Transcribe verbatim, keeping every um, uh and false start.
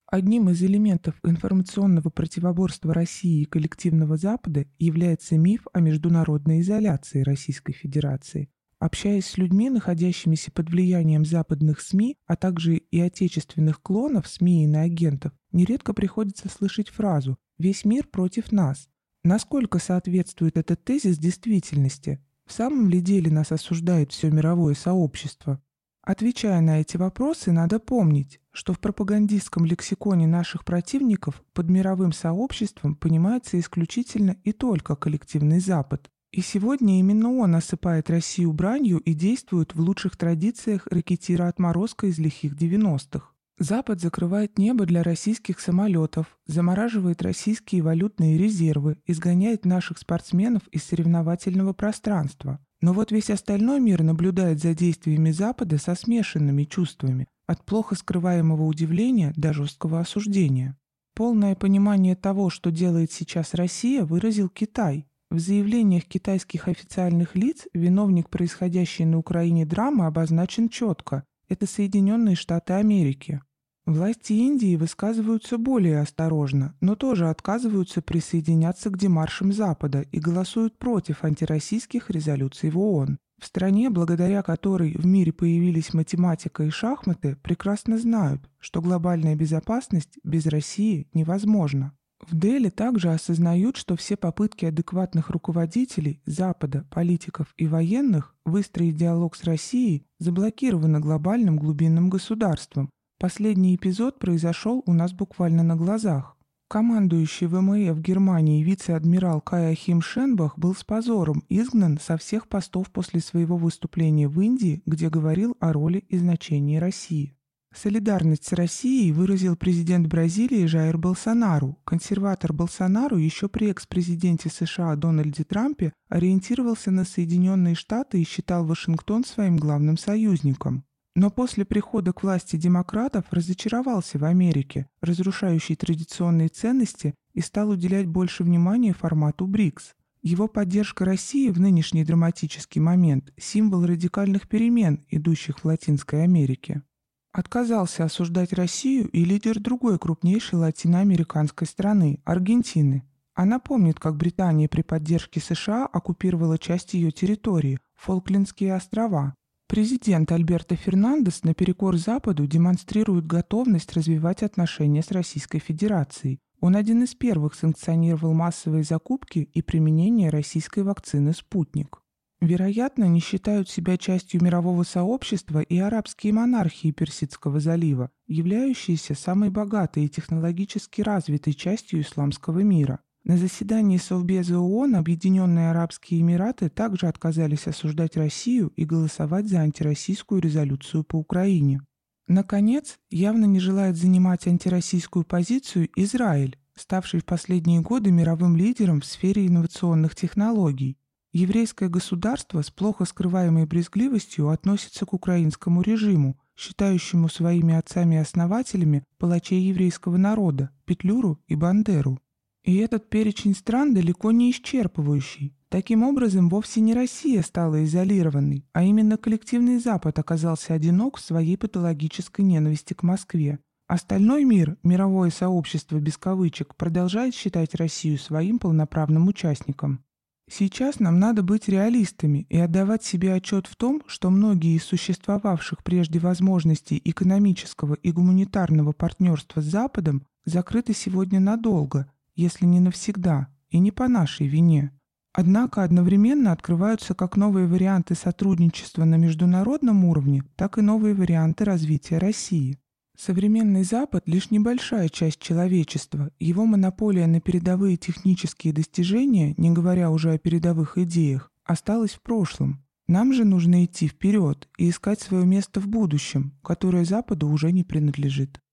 Одним из элементов информационного противоборства России и коллективного Запада является миф о международной изоляции Российской Федерации. Общаясь с людьми, находящимися под влиянием западных СМИ, а также и отечественных клонов СМИ и иноагентов, нередко приходится слышать фразу «весь мир против нас». Насколько соответствует этот тезис действительности? В самом ли деле нас осуждает все мировое сообщество? Отвечая на эти вопросы, надо помнить, что в пропагандистском лексиконе наших противников под мировым сообществом понимается исключительно и только коллективный Запад. И сегодня именно он осыпает Россию бранью и действует в лучших традициях рэкетира-отморозка из лихих девяностых. Запад закрывает небо для российских самолетов, замораживает российские валютные резервы, изгоняет наших спортсменов из соревновательного пространства. Но вот весь остальной мир наблюдает за действиями Запада со смешанными чувствами, от плохо скрываемого удивления до жесткого осуждения. Полное понимание того, что делает сейчас Россия, выразил Китай. В заявлениях китайских официальных лиц виновник происходящей на Украине драмы обозначен четко – это Соединенные Штаты Америки. Власти Индии высказываются более осторожно, но тоже отказываются присоединяться к демаршам Запада и голосуют против антироссийских резолюций в ООН. В стране, благодаря которой в мире появились математика и шахматы, прекрасно знают, что глобальная безопасность без России невозможна. В Дели также осознают, что все попытки адекватных руководителей Запада, политиков и военных выстроить диалог с Россией заблокированы глобальным глубинным государством. Последний эпизод произошел у нас буквально на глазах. Командующий ВМФ Германии вице-адмирал Кай Ахим Шенбах был с позором изгнан со всех постов после своего выступления в Индии, где говорил о роли и значении России. Солидарность с Россией выразил президент Бразилии Жаир Болсонару. Консерватор Болсонару еще при экс-президенте США Дональде Трампе ориентировался на Соединенные Штаты и считал Вашингтон своим главным союзником. Но после прихода к власти демократов разочаровался в Америке, разрушающей традиционные ценности, и стал уделять больше внимания формату БРИКС. Его поддержка России в нынешний драматический момент – символ радикальных перемен, идущих в Латинской Америке. Отказался осуждать Россию и лидер другой крупнейшей латиноамериканской страны – Аргентины. Она помнит, как Британия при поддержке США оккупировала часть ее территории – Фолклендские острова. Президент Альберто Фернандес наперекор Западу демонстрирует готовность развивать отношения с Российской Федерацией. Он один из первых санкционировал массовые закупки и применение российской вакцины «Спутник». Вероятно, не считают себя частью мирового сообщества и арабские монархии Персидского залива, являющиеся самой богатой и технологически развитой частью исламского мира. На заседании Совбеза ООН Объединенные Арабские Эмираты также отказались осуждать Россию и голосовать за антироссийскую резолюцию по Украине. Наконец, явно не желает занимать антироссийскую позицию Израиль, ставший в последние годы мировым лидером в сфере инновационных технологий. Еврейское государство с плохо скрываемой брезгливостью относится к украинскому режиму, считающему своими отцами-основателями палачей еврейского народа Петлюру и Бандеру. И этот перечень стран далеко не исчерпывающий. Таким образом, вовсе не Россия стала изолированной, а именно коллективный Запад оказался одинок в своей патологической ненависти к Москве. Остальной мир, мировое сообщество без кавычек, продолжает считать Россию своим полноправным участником. Сейчас нам надо быть реалистами и отдавать себе отчет в том, что многие из существовавших прежде возможностей экономического и гуманитарного партнерства с Западом закрыты сегодня надолго, если не навсегда, и не по нашей вине. Однако одновременно открываются как новые варианты сотрудничества на международном уровне, так и новые варианты развития России. Современный Запад – лишь небольшая часть человечества, его монополия на передовые технические достижения, не говоря уже о передовых идеях, осталась в прошлом. Нам же нужно идти вперед и искать свое место в будущем, которое Западу уже не принадлежит.